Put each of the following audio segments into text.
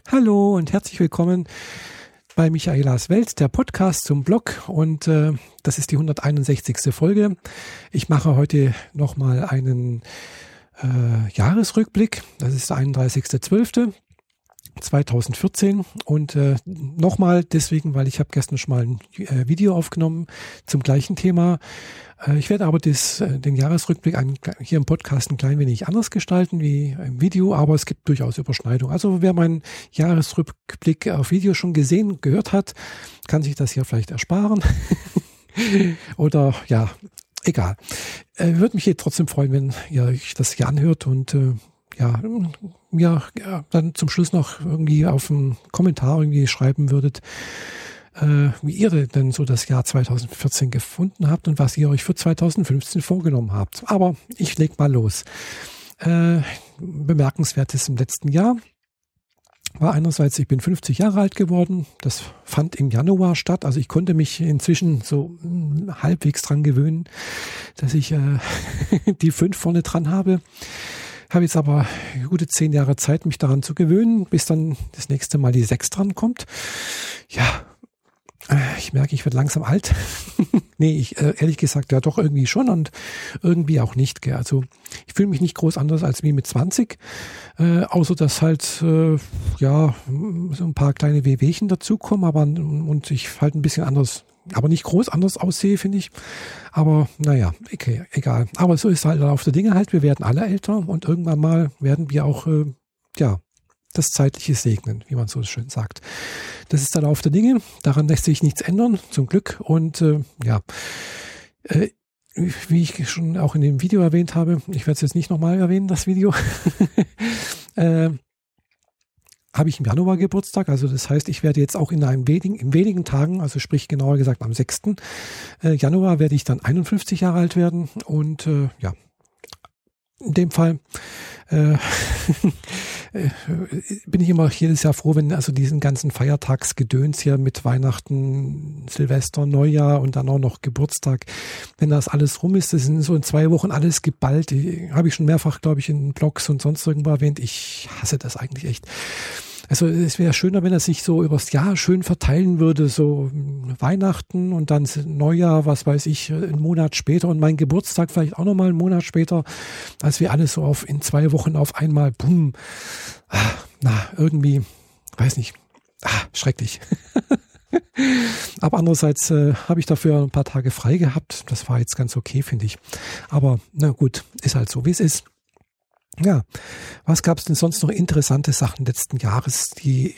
Hallo und herzlich willkommen bei Michaelas Welt, der Podcast zum Blog, und das ist die 161. Folge. Ich mache heute nochmal einen Jahresrückblick. Das ist der 31.12.2014 und nochmal deswegen, weil ich habe gestern schon mal ein Video aufgenommen zum gleichen Thema. Ich werde aber den Jahresrückblick hier im Podcast ein klein wenig anders gestalten wie im Video, aber es gibt durchaus Überschneidungen. Also wer meinen Jahresrückblick auf Video schon gesehen, gehört hat, kann sich das hier vielleicht ersparen. Oder ja, egal. Würde mich trotzdem freuen, wenn ihr euch das hier anhört und mir dann zum Schluss noch irgendwie auf einen Kommentar irgendwie schreiben würdet, wie ihr denn so das Jahr 2014 gefunden habt und was ihr euch für 2015 vorgenommen habt. Aber ich leg mal los. Bemerkenswertes im letzten Jahr war einerseits, ich bin 50 Jahre alt geworden. Das fand im Januar statt. Also ich konnte mich inzwischen so halbwegs dran gewöhnen, dass ich die 5 vorne dran habe. Habe jetzt aber gute 10 Jahre Zeit, mich daran zu gewöhnen, bis dann das nächste Mal die 6 dran kommt. Ja, ich merke, ich werde langsam alt. Nee, ehrlich gesagt, ja doch irgendwie schon und irgendwie auch nicht. Gell. Also ich fühle mich nicht groß anders als wie mit 20, außer dass halt so ein paar kleine Wehwehchen dazukommen, und ich halt ein bisschen anders, aber nicht groß anders aussehe, finde ich. Aber naja, okay, egal. Aber so ist halt der Lauf der Dinge halt. Wir werden alle älter und irgendwann mal werden wir auch, das Zeitliche segnen, wie man so schön sagt. Das ist der Lauf der Dinge. Daran lässt sich nichts ändern, zum Glück. Und wie ich schon auch in dem Video erwähnt habe, ich werde es jetzt nicht nochmal erwähnen, das Video, habe ich im Januar Geburtstag. Also das heißt, ich werde jetzt auch in wenigen Tagen, also sprich genauer gesagt am 6. Januar werde ich dann 51 Jahre alt werden. Und in dem Fall bin ich immer jedes Jahr froh, wenn also diesen ganzen Feiertagsgedöns hier mit Weihnachten, Silvester, Neujahr und dann auch noch Geburtstag, wenn das alles rum ist, das sind so in 2 Wochen alles geballt. Habe ich schon mehrfach, glaube ich, in Blogs und sonst irgendwo erwähnt. Ich hasse das eigentlich echt. Also es wäre schöner, wenn er sich so übers Jahr schön verteilen würde, so Weihnachten und dann Neujahr, was weiß ich, einen Monat später und mein Geburtstag vielleicht auch nochmal einen Monat später, als wir alles so in 2 Wochen auf einmal, bumm, irgendwie, weiß nicht, schrecklich. Aber andererseits habe ich dafür ein paar Tage frei gehabt, das war jetzt ganz okay, finde ich. Aber na gut, ist halt so, wie es ist. Ja, was gab es denn sonst noch interessante Sachen letzten Jahres, die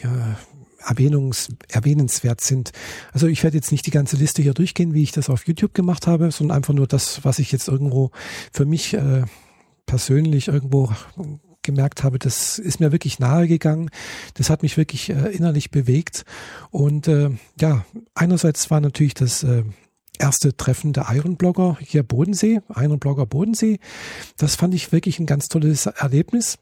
erwähnenswert sind? Also ich werde jetzt nicht die ganze Liste hier durchgehen, wie ich das auf YouTube gemacht habe, sondern einfach nur das, was ich jetzt irgendwo für mich persönlich irgendwo gemerkt habe, das ist mir wirklich nahe gegangen. Das hat mich wirklich innerlich bewegt. Und einerseits war natürlich das erste Treffen der Ironblogger hier Bodensee, Ironblogger Bodensee. Das fand ich wirklich ein ganz tolles Erlebnis.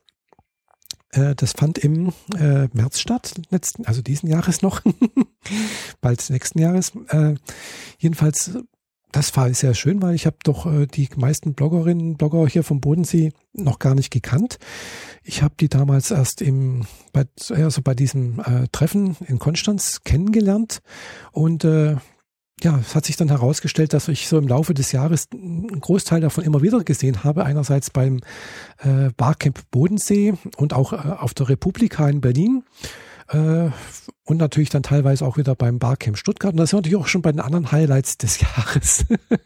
Das fand im März statt, also diesen Jahres noch, bald nächsten Jahres. Jedenfalls, das war sehr schön, weil ich habe doch die meisten Bloggerinnen und Blogger hier vom Bodensee noch gar nicht gekannt. Ich habe die damals erst bei diesem Treffen in Konstanz kennengelernt und es hat sich dann herausgestellt, dass ich so im Laufe des Jahres einen Großteil davon immer wieder gesehen habe. Einerseits beim Barcamp Bodensee und auch auf der Republika in Berlin und natürlich dann teilweise auch wieder beim Barcamp Stuttgart. Und das ist natürlich auch schon bei den anderen Highlights des Jahres.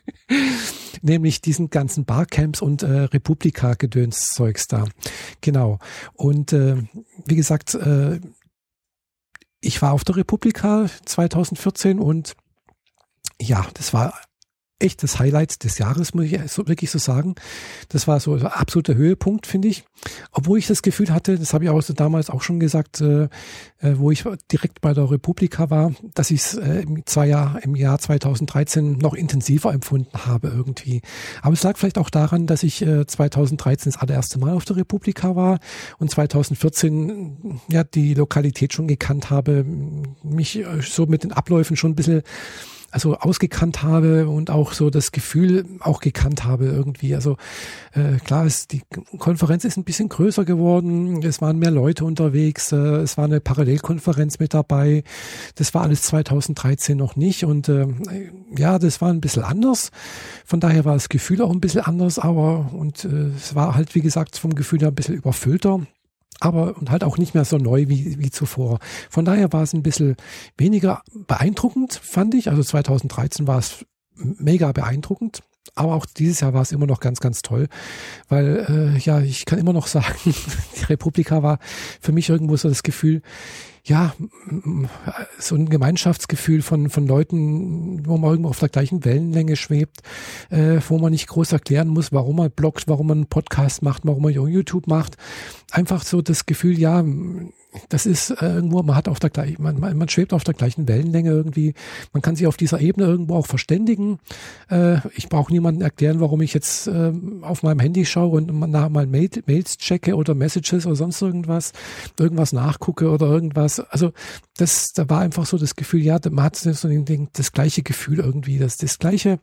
Nämlich diesen ganzen Barcamps und Republika-Gedönszeugs da. Genau. Und wie gesagt, ich war auf der Republika 2014 und ja, das war echt das Highlight des Jahres, muss ich so wirklich so sagen. Das war so ein absoluter Höhepunkt, finde ich. Obwohl ich das Gefühl hatte, das habe ich auch so damals auch schon gesagt, wo ich direkt bei der Republika war, dass ich es im Jahr 2013 noch intensiver empfunden habe irgendwie. Aber es lag vielleicht auch daran, dass ich 2013 das allererste Mal auf der Republika war und 2014 die Lokalität schon gekannt habe, mich so mit den Abläufen schon ein bisschen also ausgekannt habe und auch so das Gefühl auch gekannt habe irgendwie. Also klar, die Konferenz ist ein bisschen größer geworden, es waren mehr Leute unterwegs, es war eine Parallelkonferenz mit dabei. Das war alles 2013 noch nicht und ja, das war ein bisschen anders. Von daher war das Gefühl auch ein bisschen anders, aber es war halt, wie gesagt, vom Gefühl her ein bisschen überfüllter. Aber und halt auch nicht mehr so neu wie zuvor. Von daher war es ein bisschen weniger beeindruckend, fand ich. Also 2013 war es mega beeindruckend. Aber auch dieses Jahr war es immer noch ganz, ganz toll, weil ja, ich kann immer noch sagen, die Republika war für mich irgendwo so das Gefühl, ja, so ein Gemeinschaftsgefühl von Leuten, wo man irgendwo auf der gleichen Wellenlänge schwebt, wo man nicht groß erklären muss, warum man bloggt, warum man einen Podcast macht, warum man YouTube macht. Einfach so das Gefühl, ja, das ist irgendwo, man schwebt auf der gleichen Wellenlänge irgendwie. Man kann sich auf dieser Ebene irgendwo auch verständigen. Ich brauche niemandem erklären, warum ich jetzt auf meinem Handy schaue und nachher mal Mails checke oder Messages oder sonst irgendwas nachgucke oder irgendwas. Also da war einfach so das Gefühl, ja, man hat so das gleiche Gefühl irgendwie, das gleiche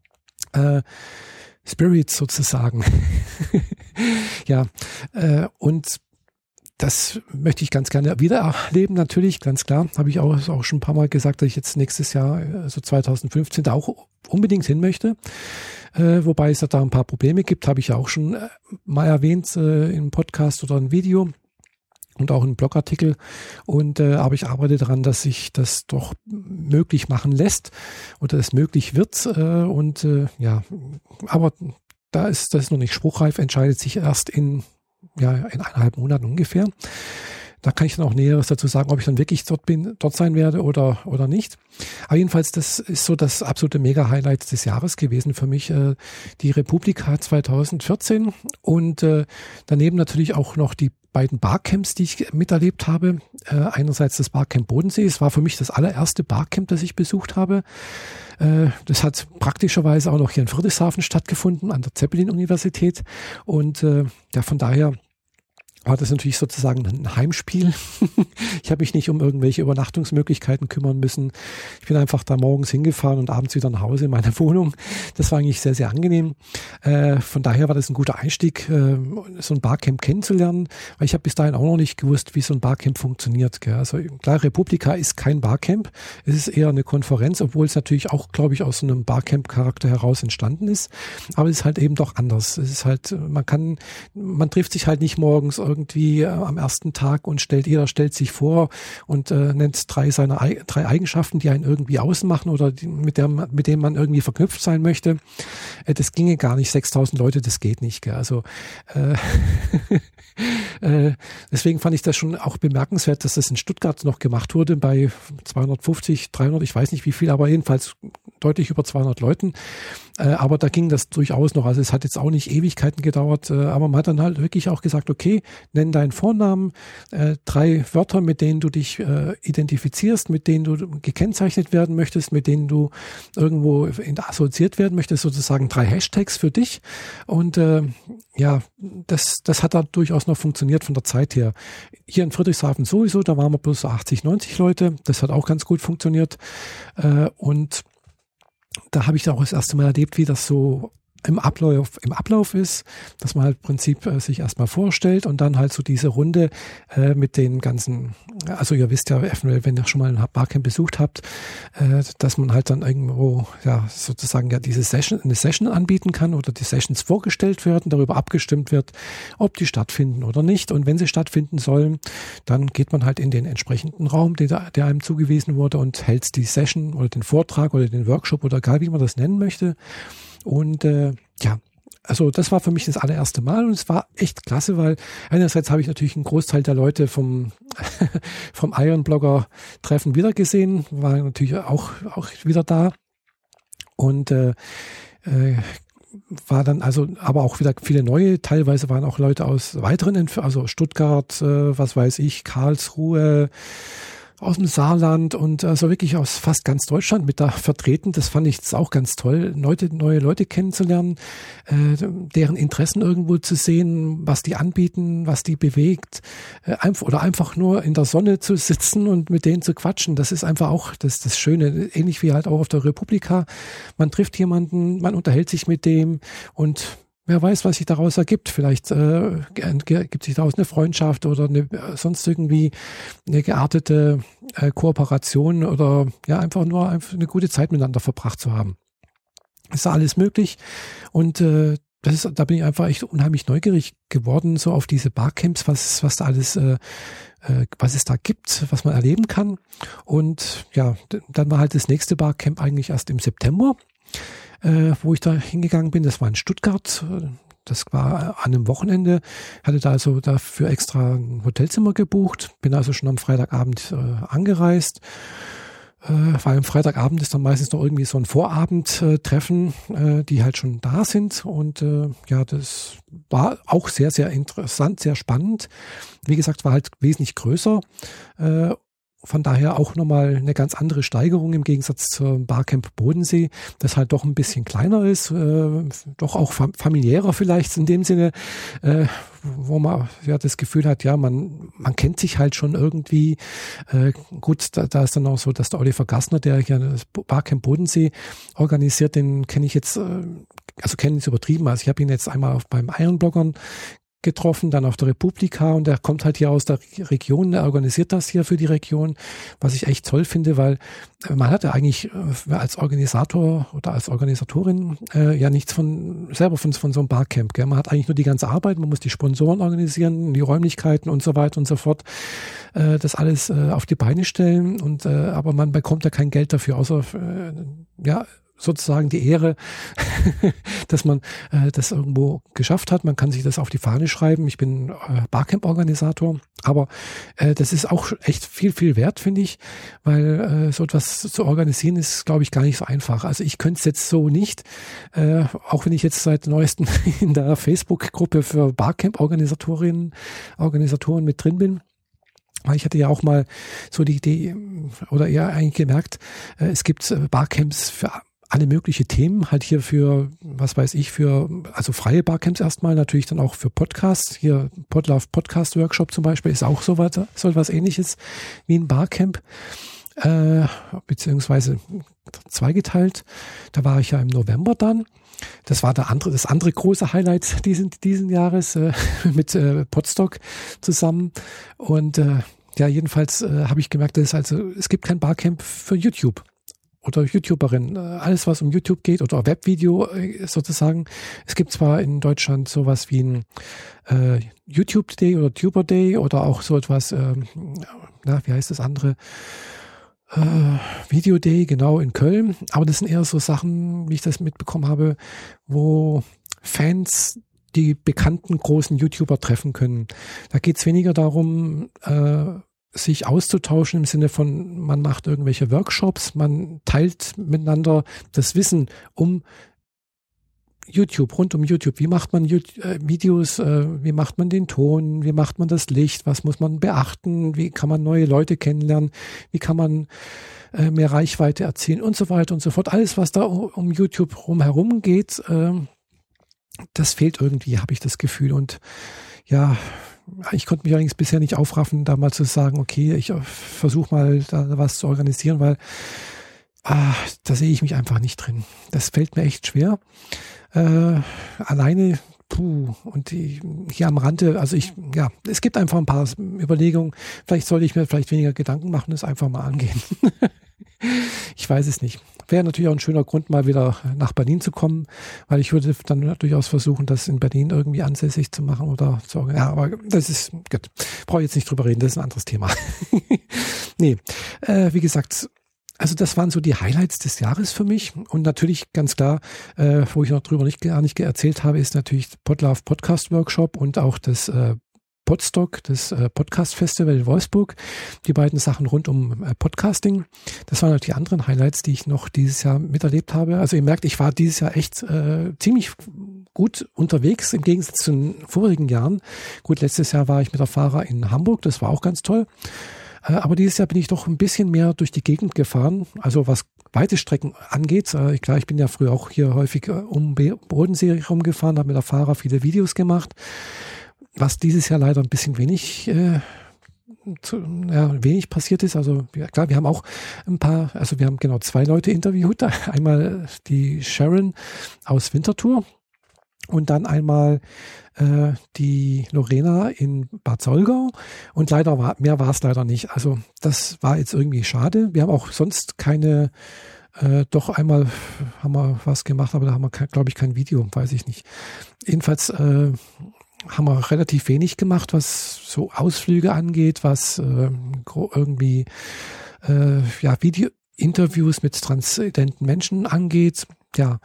Spirit sozusagen. Ja, und das möchte ich ganz gerne wieder erleben, natürlich, ganz klar. Habe ich auch schon ein paar Mal gesagt, dass ich jetzt nächstes Jahr, also 2015, da auch unbedingt hin möchte. Wobei es da ein paar Probleme gibt, habe ich ja auch schon mal erwähnt im Podcast oder im Video und auch im Blogartikel. Aber ich arbeite daran, dass sich das doch möglich machen lässt oder es möglich wird. Ja, aber das ist noch nicht spruchreif, entscheidet sich erst in 1,5 Monaten ungefähr. Da kann ich dann auch Näheres dazu sagen, ob ich dann wirklich dort sein werde oder nicht. Aber jedenfalls, das ist so das absolute Mega-Highlight des Jahres gewesen für mich, die Republika 2014 und daneben natürlich auch noch die beiden Barcamps, die ich miterlebt habe. Einerseits das Barcamp Bodensee. Es war für mich das allererste Barcamp, das ich besucht habe. Das hat praktischerweise auch noch hier in Friedrichshafen stattgefunden, an der Zeppelin-Universität. Und von daher war das natürlich sozusagen ein Heimspiel. Ich habe mich nicht um irgendwelche Übernachtungsmöglichkeiten kümmern müssen. Ich bin einfach da morgens hingefahren und abends wieder nach Hause in meine Wohnung. Das war eigentlich sehr, sehr angenehm. Von daher war das ein guter Einstieg, so ein Barcamp kennenzulernen, weil ich habe bis dahin auch noch nicht gewusst, wie so ein Barcamp funktioniert. Also klar, Republika ist kein Barcamp. Es ist eher eine Konferenz, obwohl es natürlich auch, glaube ich, aus so einem Barcamp-Charakter heraus entstanden ist. Aber es ist halt eben doch anders. Es ist halt, man trifft sich halt nicht morgens irgendwie am ersten Tag und jeder stellt sich vor und nennt drei Eigenschaften, die einen irgendwie ausmachen oder mit denen man irgendwie verknüpft sein möchte. Das ginge gar nicht, 6.000 Leute, das geht nicht. Gell? Also deswegen fand ich das schon auch bemerkenswert, dass das in Stuttgart noch gemacht wurde bei 250, 300, ich weiß nicht wie viel, aber jedenfalls deutlich über 200 Leuten. Aber da ging das durchaus noch. Also es hat jetzt auch nicht Ewigkeiten gedauert, aber man hat dann halt wirklich auch gesagt, okay, nenn deinen Vornamen, 3 Wörter, mit denen du dich identifizierst, mit denen du gekennzeichnet werden möchtest, mit denen du irgendwo assoziiert werden möchtest, sozusagen 3 Hashtags für dich. Und das hat da durchaus noch funktioniert von der Zeit her. Hier in Friedrichshafen sowieso, da waren wir bloß so 80, 90 Leute. Das hat auch ganz gut funktioniert. Und da habe ich auch das erste Mal erlebt, wie das so im Ablauf ist, dass man halt im Prinzip sich erstmal vorstellt und dann halt so diese Runde mit den ganzen, also ihr wisst ja, wenn ihr schon mal ein Barcamp besucht habt, dass man halt dann irgendwo sozusagen eine Session anbieten kann oder die Sessions vorgestellt werden, darüber abgestimmt wird, ob die stattfinden oder nicht. Und wenn sie stattfinden sollen, dann geht man halt in den entsprechenden Raum, der einem zugewiesen wurde und hält die Session oder den Vortrag oder den Workshop oder egal wie man das nennen möchte. Und also das war für mich das allererste Mal und es war echt klasse, weil einerseits habe ich natürlich einen Großteil der Leute vom Ironblogger-Treffen wiedergesehen, war natürlich auch wieder da und war dann aber auch wieder viele neue, teilweise waren auch Leute aus weiteren, also Stuttgart, was weiß ich, Karlsruhe, aus dem Saarland und also wirklich aus fast ganz Deutschland mit da vertreten. Das fand ich jetzt auch ganz toll, neue Leute kennenzulernen, deren Interessen irgendwo zu sehen, was die anbieten, was die bewegt, einfach nur in der Sonne zu sitzen und mit denen zu quatschen. Das ist einfach auch das Schöne, ähnlich wie halt auch auf der Republika. Man trifft jemanden, man unterhält sich mit dem und wer weiß, was sich daraus ergibt. Vielleicht gibt sich daraus eine Freundschaft oder sonst irgendwie eine geartete Kooperation oder ja einfach nur eine gute Zeit miteinander verbracht zu haben. Ist da alles möglich und da bin ich einfach echt unheimlich neugierig geworden, so auf diese Barcamps, was da alles, was es da gibt, was man erleben kann. Und ja, dann war halt das nächste Barcamp eigentlich erst im September. Wo ich da hingegangen bin, das war in Stuttgart, das war an einem Wochenende, hatte da also dafür extra ein Hotelzimmer gebucht, bin also schon am Freitagabend angereist, weil am Freitagabend ist dann meistens noch irgendwie so ein Vorabendtreffen, die halt schon da sind und ja, das war auch sehr, sehr interessant, sehr spannend. Wie gesagt, war halt wesentlich größer, von daher auch nochmal eine ganz andere Steigerung im Gegensatz zum Barcamp Bodensee, das halt doch ein bisschen kleiner ist, doch auch familiärer vielleicht in dem Sinne, wo man ja das Gefühl hat, ja, man kennt sich halt schon irgendwie. Gut, da ist dann auch so, dass der Oliver Gassner, der hier das Barcamp Bodensee organisiert, den kenne ich jetzt, also kennen ist übertrieben, also ich habe ihn jetzt einmal beim Ironbloggern getroffen, dann auf der Republika und der kommt halt hier aus der Region, der organisiert das hier für die Region, was ich echt toll finde, weil man hat ja eigentlich als Organisator oder als Organisatorin ja nichts selber von so einem Barcamp, gell? Man hat eigentlich nur die ganze Arbeit, man muss die Sponsoren organisieren, die Räumlichkeiten und so weiter und so fort, das alles auf die Beine stellen und aber man bekommt ja kein Geld dafür, außer ja, sozusagen die Ehre, dass man das irgendwo geschafft hat. Man kann sich das auf die Fahne schreiben. Ich bin Barcamp-Organisator, aber das ist auch echt viel, viel wert, finde ich, weil so etwas zu organisieren ist, glaube ich, gar nicht so einfach. Also ich könnte es jetzt so nicht, auch wenn ich jetzt seit neuestem in der Facebook-Gruppe für Barcamp-Organisatoren mit drin bin. Ich hatte ja auch mal so die Idee oder eher eigentlich gemerkt, es gibt Barcamps für alle mögliche Themen, halt hier für, was weiß ich, also freie Barcamps erstmal, natürlich dann auch für Podcasts, hier Podlove Podcast Workshop zum Beispiel ist auch so was Ähnliches wie ein Barcamp, beziehungsweise zweigeteilt. Da war ich ja im November dann. Das war das andere große Highlight diesen Jahres mit Podstock zusammen und ja, jedenfalls habe ich gemerkt, dass es gibt kein Barcamp für YouTube oder YouTuberin. Alles, was um YouTube geht oder Webvideo sozusagen. Es gibt zwar in Deutschland sowas wie ein YouTube Day oder Tuber Day oder auch so etwas, wie heißt das andere? Video Day, genau, in Köln. Aber das sind eher so Sachen, wie ich das mitbekommen habe, wo Fans die bekannten großen YouTuber treffen können. Da geht es weniger darum, sich auszutauschen im Sinne von, man macht irgendwelche Workshops, man teilt miteinander das Wissen um YouTube, rund um YouTube. Wie macht man Videos, wie macht man den Ton, wie macht man das Licht, was muss man beachten, wie kann man neue Leute kennenlernen, wie kann man mehr Reichweite erzielen und so weiter und so fort. Alles, was da um YouTube rumherum geht, das fehlt irgendwie, habe ich das Gefühl. Und ja, ich konnte mich allerdings bisher nicht aufraffen, da mal zu sagen, okay, ich versuche mal da was zu organisieren, weil da sehe ich mich einfach nicht drin. Das fällt mir echt schwer. Alleine, und hier am Rande, also es gibt einfach ein paar Überlegungen. Vielleicht sollte ich mir weniger Gedanken machen, das einfach mal angehen. Ich weiß es nicht. Wäre natürlich auch ein schöner Grund, mal wieder nach Berlin zu kommen, weil ich würde dann durchaus versuchen, das in Berlin irgendwie ansässig zu machen oder so. Ja, aber das ist, gut. Brauche ich jetzt nicht drüber reden, das ist ein anderes Thema. Nee, wie gesagt, also das waren so die Highlights des Jahres für mich und natürlich ganz klar, wo ich noch drüber gar nicht erzählt habe, ist natürlich Podlove Podcast Workshop und auch das Podstock, das Podcast Festival in Wolfsburg, die beiden Sachen rund um Podcasting. Das waren halt die anderen Highlights, die ich noch dieses Jahr miterlebt habe. Also ihr merkt, ich war dieses Jahr echt ziemlich gut unterwegs im Gegensatz zu den vorigen Jahren. Gut, letztes Jahr war ich mit der Fahrer in Hamburg, das war auch ganz toll. Aber dieses Jahr bin ich doch ein bisschen mehr durch die Gegend gefahren, also was weite Strecken angeht. Klar, ich bin ja früher auch hier häufig um Bodensee rumgefahren, habe mit der Fahrer viele Videos gemacht, was dieses Jahr leider ein bisschen wenig passiert ist. Also ja, klar, wir haben auch wir haben genau 2 Leute interviewt. Einmal die Sharon aus Winterthur und dann einmal die Lorena in Bad Solgau. Und mehr war es leider nicht. Also das war jetzt irgendwie schade. Wir haben auch sonst keine, doch einmal haben wir was gemacht, aber da haben wir, glaube ich, kein Video, weiß ich nicht. Jedenfalls haben wir relativ wenig gemacht, was so Ausflüge angeht, was irgendwie Video-Interviews mit transidenten Menschen angeht. Ja,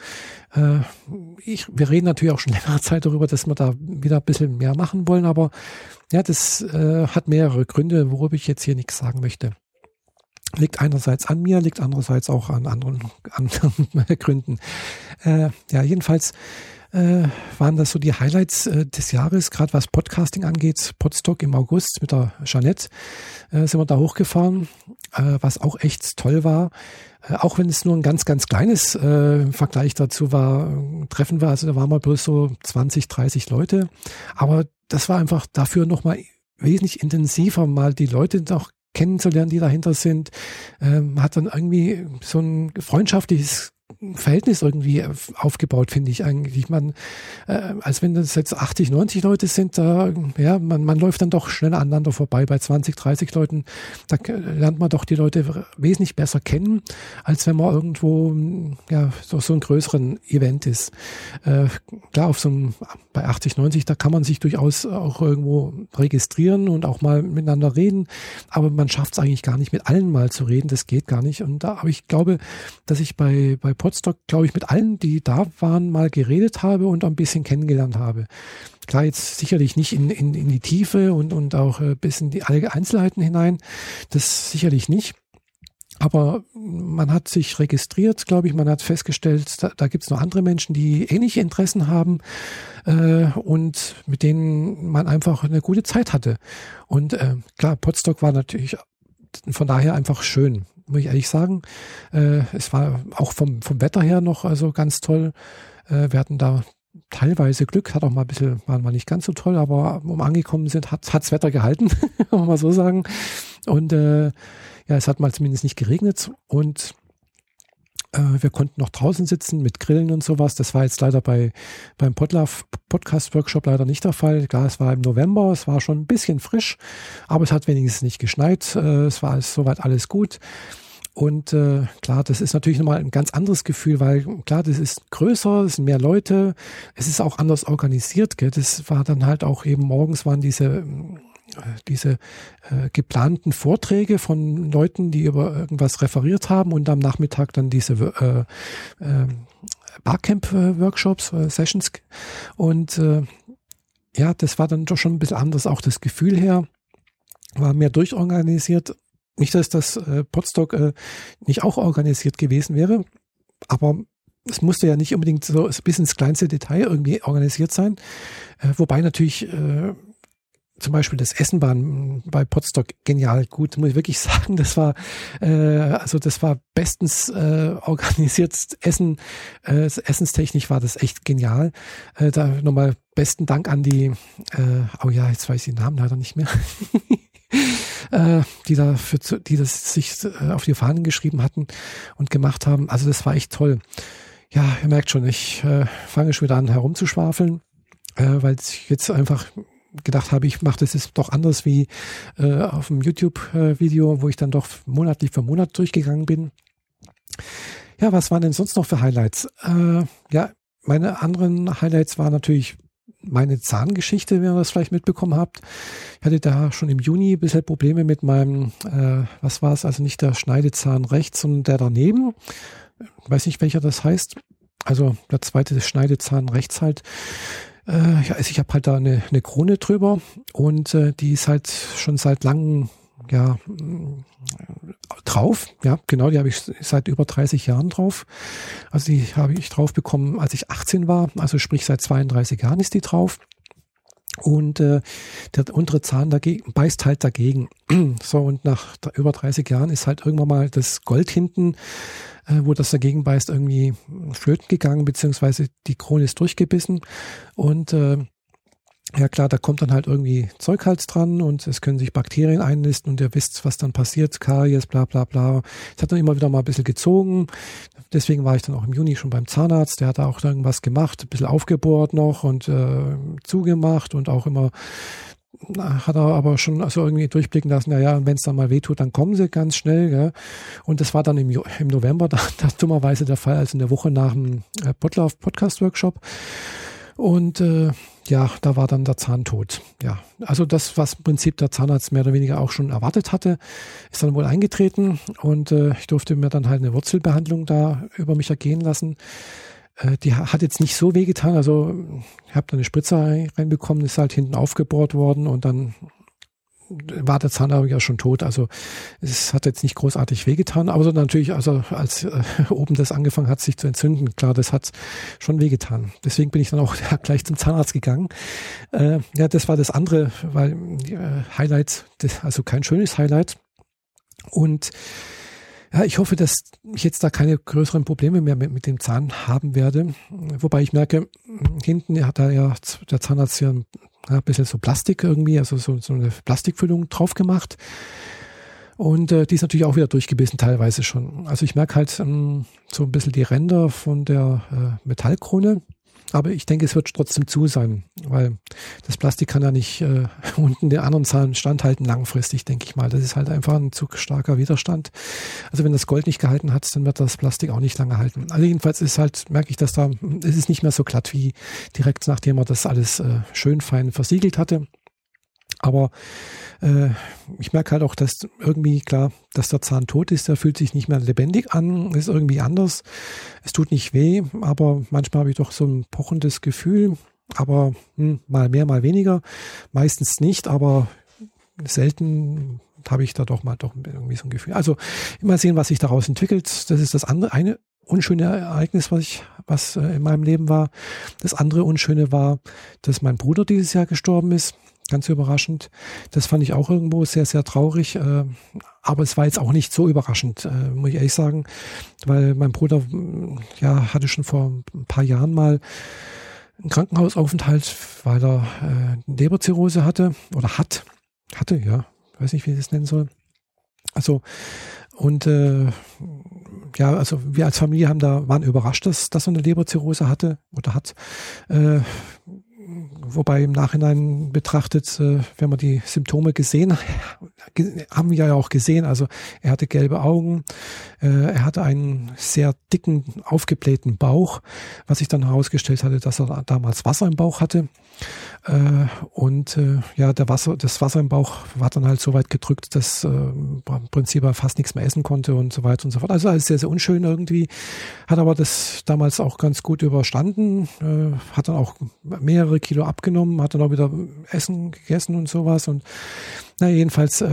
wir reden natürlich auch schon längere Zeit darüber, dass wir da wieder ein bisschen mehr machen wollen, aber ja, das hat mehrere Gründe, worüber ich jetzt hier nichts sagen möchte. Liegt einerseits an mir, liegt andererseits auch an anderen Gründen. Jedenfalls waren das so die Highlights des Jahres, gerade was Podcasting angeht. Podstock im August mit der Jeanette sind wir da hochgefahren, was auch echt toll war. Auch wenn es nur ein ganz, ganz kleines im Vergleich dazu Treffen war. Also da waren wir bloß so 20, 30 Leute. Aber das war einfach dafür nochmal wesentlich intensiver, mal die Leute noch kennenzulernen, die dahinter sind. Hat dann irgendwie so ein freundschaftliches Verhältnis irgendwie aufgebaut, finde ich eigentlich. Als wenn das jetzt 80, 90 Leute sind, man läuft dann doch schneller aneinander vorbei. Bei 20, 30 Leuten, da lernt man doch die Leute wesentlich besser kennen, als wenn man irgendwo, so ein größeren Event ist. Klar, bei 80, 90, da kann man sich durchaus auch irgendwo registrieren und auch mal miteinander reden, aber man schafft es eigentlich gar nicht, mit allen mal zu reden, das geht gar nicht. Und aber ich glaube, dass ich bei Podstock, glaube ich, mit allen, die da waren, mal geredet habe und ein bisschen kennengelernt habe. Klar, jetzt sicherlich nicht in die Tiefe und auch bis in die alle Einzelheiten hinein, das sicherlich nicht. Aber man hat sich registriert, glaube ich, man hat festgestellt, da gibt es noch andere Menschen, die ähnliche Interessen haben und mit denen man einfach eine gute Zeit hatte. Und klar, Podstock war natürlich von daher einfach schön, muss ich ehrlich sagen. Es war auch vom Wetter her noch also ganz toll. Wir hatten da teilweise Glück, hat auch mal ein bisschen, waren mal nicht ganz so toll, aber um angekommen sind, hat's Wetter gehalten, kann man mal so sagen. Und es hat mal zumindest nicht geregnet und wir konnten noch draußen sitzen mit Grillen und sowas. Das war jetzt leider beim Podlove Podcast Workshop leider nicht der Fall. Klar, es war im November, es war schon ein bisschen frisch, aber es hat wenigstens nicht geschneit. Es war soweit alles gut. Und klar, das ist natürlich nochmal ein ganz anderes Gefühl, weil klar, das ist größer, es sind mehr Leute, es ist auch anders organisiert. Gell? Das war dann halt auch eben morgens waren diese geplanten Vorträge von Leuten, die über irgendwas referiert haben und am Nachmittag dann diese Barcamp-Workshops, Sessions und das war dann doch schon ein bisschen anders, auch das Gefühl her, war mehr durchorganisiert. Nicht, dass das Podstock nicht auch organisiert gewesen wäre, aber es musste ja nicht unbedingt so bis ins kleinste Detail irgendwie organisiert sein, wobei natürlich zum Beispiel das Essen war bei Podstock genial gut, muss ich wirklich sagen. Das war bestens organisiert Essen. Essenstechnisch war das echt genial. Da nochmal besten Dank an die, jetzt weiß ich den Namen leider nicht mehr, die das sich auf die Fahnen geschrieben hatten und gemacht haben. Also das war echt toll. Ja, ihr merkt schon, ich fange schon wieder an herumzuschwafeln, weil ich jetzt einfach gedacht habe, ich mache das jetzt doch anders wie auf dem YouTube-Video, wo ich dann doch monatlich für Monat durchgegangen bin. Ja, was waren denn sonst noch für Highlights? Meine anderen Highlights waren natürlich meine Zahngeschichte, wenn ihr das vielleicht mitbekommen habt. Ich hatte da schon im Juni ein bisschen Probleme mit meinem, was war es, also nicht der Schneidezahn rechts, sondern der daneben. Ich weiß nicht, welcher das heißt. Also der zweite Schneidezahn rechts halt. Ich habe halt da eine Krone drüber und die ist halt schon seit langem drauf. Ja, genau, die habe ich seit über 30 Jahren drauf. Also die habe ich drauf bekommen, als ich 18 war. Also sprich seit 32 Jahren ist die drauf. Und der untere Zahn dagegen, beißt halt dagegen. So, und nach über 30 Jahren ist halt irgendwann mal das Gold hinten, wo das dagegen beißt, irgendwie flöten gegangen, beziehungsweise die Krone ist durchgebissen. Und ja klar, da kommt dann halt irgendwie Zeughals dran und es können sich Bakterien einnisten und ihr wisst, was dann passiert, Karies, bla bla bla. Es hat dann immer wieder mal ein bisschen gezogen. Deswegen war ich dann auch im Juni schon beim Zahnarzt. Der hat da auch irgendwas gemacht, ein bisschen aufgebohrt noch und zugemacht und auch immer hat er aber schon also irgendwie durchblicken lassen, naja, wenn es dann mal wehtut, dann kommen sie ganz schnell. Gell? Und das war dann im November da dummerweise der Fall, also in der Woche nach dem Potlauf Podcast-Workshop. Und ja, da war dann der Zahn tot. Ja, also das, was im Prinzip der Zahnarzt mehr oder weniger auch schon erwartet hatte, ist dann wohl eingetreten und ich durfte mir dann halt eine Wurzelbehandlung da über mich ergehen lassen. Die hat jetzt nicht so wehgetan, also ich habe da eine Spritze reinbekommen, ist halt hinten aufgebohrt worden und dann war der Zahn aber ja schon tot, also es hat jetzt nicht großartig wehgetan, aber so natürlich, also als oben das angefangen hat, sich zu entzünden, klar, das hat schon wehgetan. Deswegen bin ich dann auch gleich zum Zahnarzt gegangen. Ja, das war das andere, weil Highlight, also kein schönes Highlight. Und ja, ich hoffe, dass ich jetzt da keine größeren Probleme mehr mit dem Zahn haben werde. Wobei ich merke, hinten hat da ja der Zahnarzt hier ein bisschen so Plastik irgendwie, also so eine Plastikfüllung drauf gemacht. Und die ist natürlich auch wieder durchgebissen teilweise schon. Also ich merke halt so ein bisschen die Ränder von der Metallkrone. Aber ich denke, es wird trotzdem zu sein, weil das Plastik kann ja nicht unten den anderen Zahn standhalten langfristig, denke ich mal. Das ist halt einfach ein zu starker Widerstand. Also wenn das Gold nicht gehalten hat, dann wird das Plastik auch nicht lange halten. Also jedenfalls ist halt, merke ich, dass es ist nicht mehr so glatt wie direkt nachdem er das alles schön fein versiegelt hatte. Aber ich merke halt auch, dass irgendwie klar, dass der Zahn tot ist, der fühlt sich nicht mehr lebendig an, ist irgendwie anders. Es tut nicht weh, aber manchmal habe ich doch so ein pochendes Gefühl, aber mal mehr, mal weniger. Meistens nicht, aber selten habe ich da doch irgendwie so ein Gefühl. Also mal sehen, was sich daraus entwickelt. Das ist das andere, eine unschöne Ereignis, was in meinem Leben war. Das andere Unschöne war, dass mein Bruder dieses Jahr gestorben ist. Ganz überraschend. Das fand ich auch irgendwo sehr, sehr traurig. Aber es war jetzt auch nicht so überraschend, muss ich ehrlich sagen, weil mein Bruder ja hatte schon vor ein paar Jahren mal einen Krankenhausaufenthalt, weil er Leberzirrhose hatte oder hatte, ja, weiß nicht, wie ich das nennen soll. Also und ja, also wir als Familie waren überrascht, dass er eine Leberzirrhose hatte oder hat. Wobei im Nachhinein betrachtet, wenn man die Symptome haben wir ja auch gesehen, also er hatte gelbe Augen, er hatte einen sehr dicken, aufgeblähten Bauch, was sich dann herausgestellt hatte, dass er damals Wasser im Bauch hatte. Und ja, das Wasser im Bauch war dann halt so weit gedrückt, dass im Prinzip er fast nichts mehr essen konnte und so weiter und so fort. Also alles sehr, sehr unschön irgendwie. Hat aber das damals auch ganz gut überstanden, hat dann auch mehrere Kilo abgenommen, hat dann auch wieder Essen gegessen und sowas. Und na jedenfalls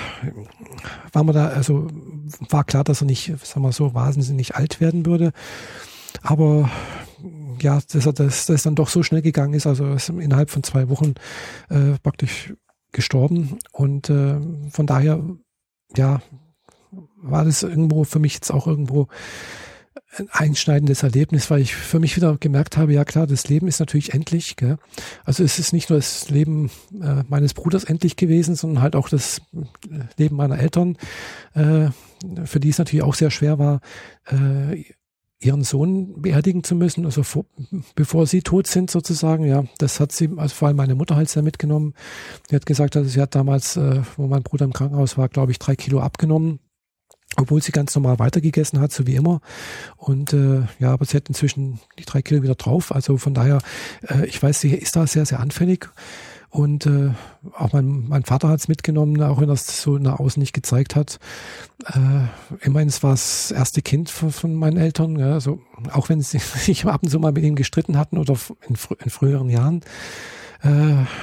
war klar, dass er nicht, sagen wir so, wahnsinnig alt werden würde. Aber ja, dass das dann doch so schnell gegangen ist, also er ist innerhalb von 2 Wochen praktisch gestorben und von daher, ja, war das irgendwo für mich jetzt auch irgendwo ein einschneidendes Erlebnis, weil ich für mich wieder gemerkt habe, ja klar, das Leben ist natürlich endlich, gell? Also es ist nicht nur das Leben meines Bruders endlich gewesen, sondern halt auch das Leben meiner Eltern, für die es natürlich auch sehr schwer war, ihren Sohn beerdigen zu müssen, also bevor sie tot sind sozusagen, ja, das hat sie, also vor allem meine Mutter halt sehr mitgenommen. Die hat gesagt, also sie hat damals, wo mein Bruder im Krankenhaus war, glaube ich, 3 Kilo abgenommen, obwohl sie ganz normal weitergegessen hat, so wie immer. Und ja, aber sie hat inzwischen die 3 Kilo wieder drauf, also von daher, ich weiß, sie ist da sehr, sehr anfällig. Und auch mein Vater hat es mitgenommen, auch wenn er es so nach außen nicht gezeigt hat. Immerhin, es war das erste Kind von meinen Eltern. Ja, also auch wenn sie sich ab und zu mal mit ihm gestritten hatten oder in früheren Jahren.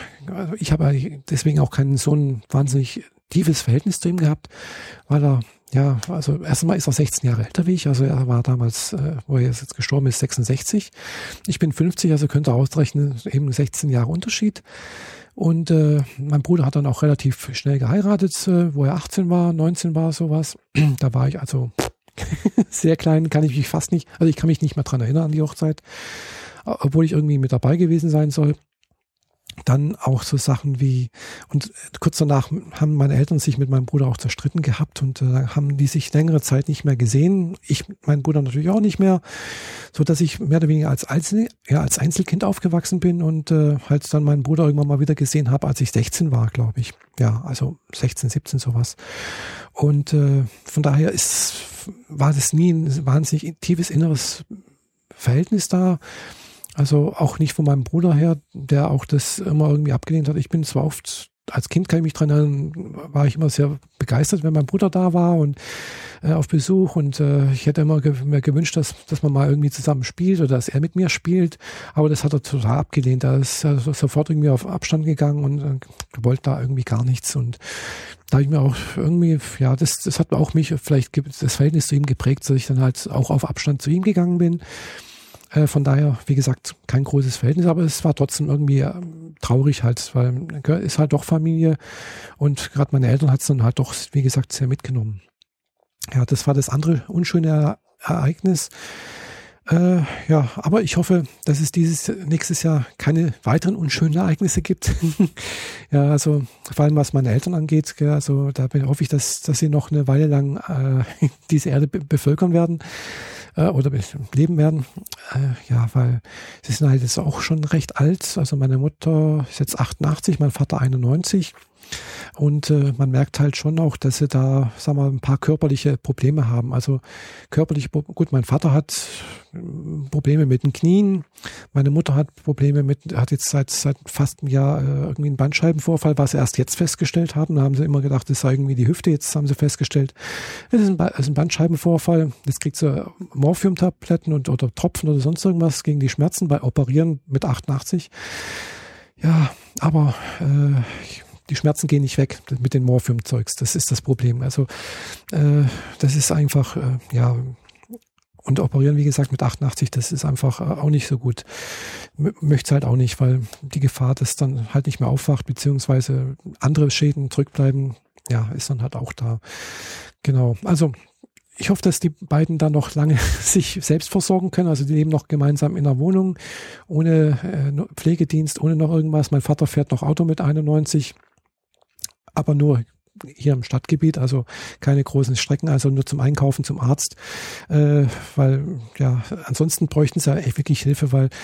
Ich habe deswegen auch kein so ein wahnsinnig tiefes Verhältnis zu ihm gehabt, weil er ja, also erstmal ist er 16 Jahre älter wie ich, also er war damals, wo er jetzt gestorben ist, 66. Ich bin 50, also könnte ausrechnen, eben 16 Jahre Unterschied. Und mein Bruder hat dann auch relativ schnell geheiratet, wo er 18 war, 19 war, sowas. Da war ich also sehr klein, kann ich mich fast nicht, also ich kann mich nicht mehr dran erinnern an die Hochzeit, obwohl ich irgendwie mit dabei gewesen sein soll. Dann auch so Sachen wie, und kurz danach haben meine Eltern sich mit meinem Bruder auch zerstritten gehabt und haben die sich längere Zeit nicht mehr gesehen. Ich, mein Bruder natürlich auch nicht mehr, so dass ich mehr oder weniger als Einzelkind aufgewachsen bin und halt dann meinen Bruder irgendwann mal wieder gesehen habe, als ich 16 war, glaube ich. Ja, also 16, 17 sowas. Und von daher war das nie ein wahnsinnig tiefes inneres Verhältnis da. Also auch nicht von meinem Bruder her, der auch das immer irgendwie abgelehnt hat. Ich bin zwar oft, als Kind kann ich mich dran erinnern, war ich immer sehr begeistert, wenn mein Bruder da war und auf Besuch und ich hätte immer mir gewünscht, dass man mal irgendwie zusammen spielt oder dass er mit mir spielt, aber das hat er total abgelehnt. Da ist er sofort irgendwie auf Abstand gegangen und wollte da irgendwie gar nichts und da habe ich mir auch irgendwie, ja, das hat auch mich vielleicht das Verhältnis zu ihm geprägt, dass ich dann halt auch auf Abstand zu ihm gegangen bin. Von daher, wie gesagt, kein großes Verhältnis, aber es war trotzdem irgendwie traurig halt, weil ist halt doch Familie und gerade meine Eltern hat es dann halt doch, wie gesagt, sehr mitgenommen. Ja, das war das andere unschöne Ereignis. Ja, aber ich hoffe, dass es nächstes Jahr keine weiteren unschönen Ereignisse gibt. Ja, also vor allem was meine Eltern angeht, also da hoffe ich, dass sie noch eine Weile lang diese Erde bevölkern werden. Oder leben werden. Ja, weil sie sind halt jetzt auch schon recht alt. Also meine Mutter ist jetzt 88, mein Vater 91. Und man merkt halt schon auch, dass sie da, sagen wir mal, ein paar körperliche Probleme haben. Also körperlich, gut, mein Vater hat Probleme mit den Knien. Meine Mutter hat hat jetzt seit fast einem Jahr irgendwie einen Bandscheibenvorfall, was sie erst jetzt festgestellt haben. Da haben sie immer gedacht, das sei irgendwie die Hüfte. Jetzt haben sie festgestellt, es ist ein Bandscheibenvorfall. Jetzt kriegt sie Morphiumtabletten oder Tropfen oder sonst irgendwas gegen die Schmerzen bei Operieren mit 88. Ja, aber die Schmerzen gehen nicht weg mit den Morphium-Zeugs. Das ist das Problem. Also das ist einfach, ja, und operieren, wie gesagt, mit 88, das ist einfach auch nicht so gut. Möchte es halt auch nicht, weil die Gefahr, dass dann halt nicht mehr aufwacht, beziehungsweise andere Schäden zurückbleiben, ja, ist dann halt auch da. Genau, also ich hoffe, dass die beiden dann noch lange sich selbst versorgen können. Also die leben noch gemeinsam in einer Wohnung, ohne Pflegedienst, ohne noch irgendwas. Mein Vater fährt noch Auto mit 91, aber nur hier im Stadtgebiet, also keine großen Strecken, also nur zum Einkaufen, zum Arzt, weil ja, ansonsten bräuchten sie ja echt wirklich Hilfe, weil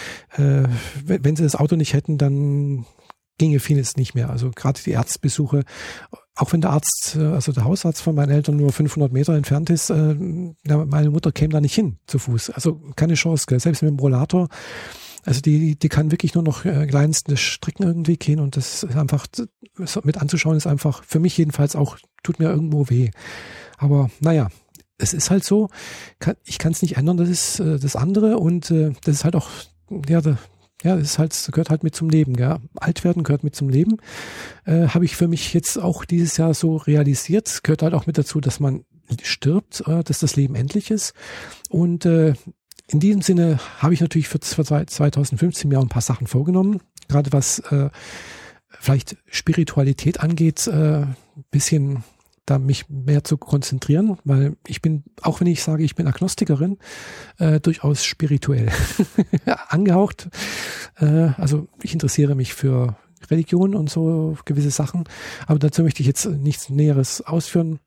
wenn sie das Auto nicht hätten, dann ginge vieles nicht mehr. Also gerade die Arztbesuche, auch wenn der Arzt, also der Hausarzt von meinen Eltern nur 500 Meter entfernt ist, meine Mutter käme da nicht hin zu Fuß. Also keine Chance, gell? Selbst mit dem Rollator. Also die kann wirklich nur noch kleinste Strecken irgendwie gehen und das ist einfach, mit anzuschauen ist einfach, für mich jedenfalls auch, tut mir irgendwo weh. Aber naja, es ist halt so, ich kann es nicht ändern, das ist das andere und das ist halt auch, ja, das ist halt, gehört halt mit zum Leben, gell? Alt werden gehört mit zum Leben. Habe ich für mich jetzt auch dieses Jahr so realisiert. Gehört halt auch mit dazu, dass man stirbt, dass das Leben endlich ist. Und in diesem Sinne habe ich natürlich für 2015 mir auch ein paar Sachen vorgenommen. Gerade was vielleicht Spiritualität angeht, ein bisschen da mich mehr zu konzentrieren, weil ich bin, auch wenn ich sage, ich bin Agnostikerin, durchaus spirituell angehaucht. Also ich interessiere mich für Religion und so gewisse Sachen, aber dazu möchte ich jetzt nichts Näheres ausführen.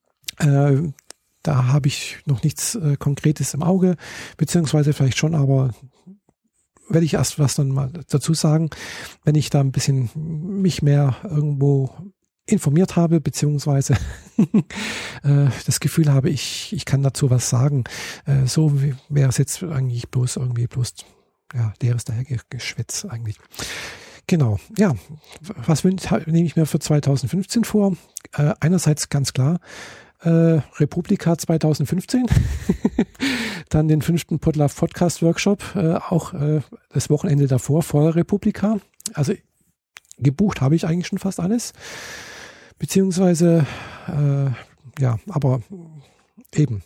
Da habe ich noch nichts Konkretes im Auge, beziehungsweise vielleicht schon, aber werde ich erst was dann mal dazu sagen, wenn ich da ein bisschen mich mehr irgendwo informiert habe, beziehungsweise das Gefühl habe, ich kann dazu was sagen. So wäre es jetzt eigentlich bloß ja, leeres Dahergeschwätz eigentlich. Genau, ja, was nehme ich mir für 2015 vor? Einerseits ganz klar, Republika 2015, dann den 5. Podlove Podcast Workshop, auch das Wochenende davor vor der Republika. Also gebucht habe ich eigentlich schon fast alles. Beziehungsweise ja, aber eben,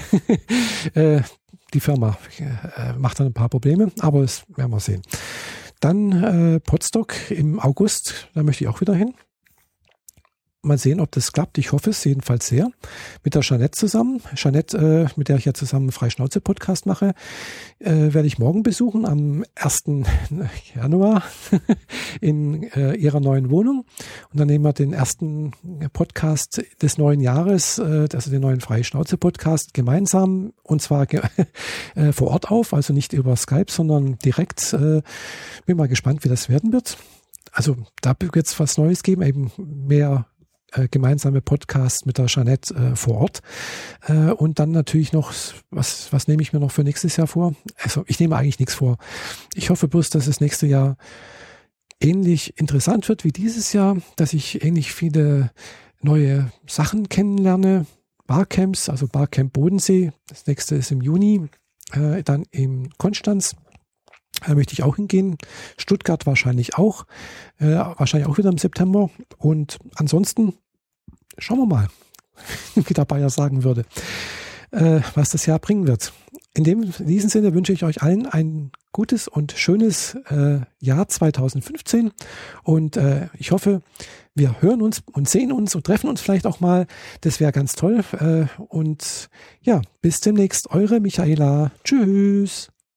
die Firma macht dann ein paar Probleme, aber das werden wir sehen. Dann Potsdok im August, da möchte ich auch wieder hin. Mal sehen, ob das klappt. Ich hoffe es jedenfalls sehr. Mit der Jeanette zusammen. Jeanette, mit der ich ja zusammen einen Freischnauze-Podcast mache, werde ich morgen besuchen, am 1. Januar in ihrer neuen Wohnung. Und dann nehmen wir den ersten Podcast des neuen Jahres, also den neuen Freischnauze-Podcast, gemeinsam und zwar vor Ort auf, also nicht über Skype, sondern direkt. Bin mal gespannt, wie das werden wird. Also da wird es was Neues geben, eben mehr gemeinsame Podcasts mit der Jeanette vor Ort. Und dann natürlich noch, was nehme ich mir noch für nächstes Jahr vor? Also ich nehme eigentlich nichts vor. Ich hoffe bloß, dass das nächste Jahr ähnlich interessant wird wie dieses Jahr, dass ich ähnlich viele neue Sachen kennenlerne. Barcamps, also Barcamp Bodensee. Das nächste ist im Juni, dann in Konstanz. Da möchte ich auch hingehen. Stuttgart wahrscheinlich auch. Wahrscheinlich auch wieder im September. Und ansonsten schauen wir mal, wie der Bayer sagen würde, was das Jahr bringen wird. In diesem Sinne wünsche ich euch allen ein gutes und schönes Jahr 2015. Und ich hoffe, wir hören uns und sehen uns und treffen uns vielleicht auch mal. Das wäre ganz toll. Und ja, bis demnächst. Eure Michaela. Tschüss.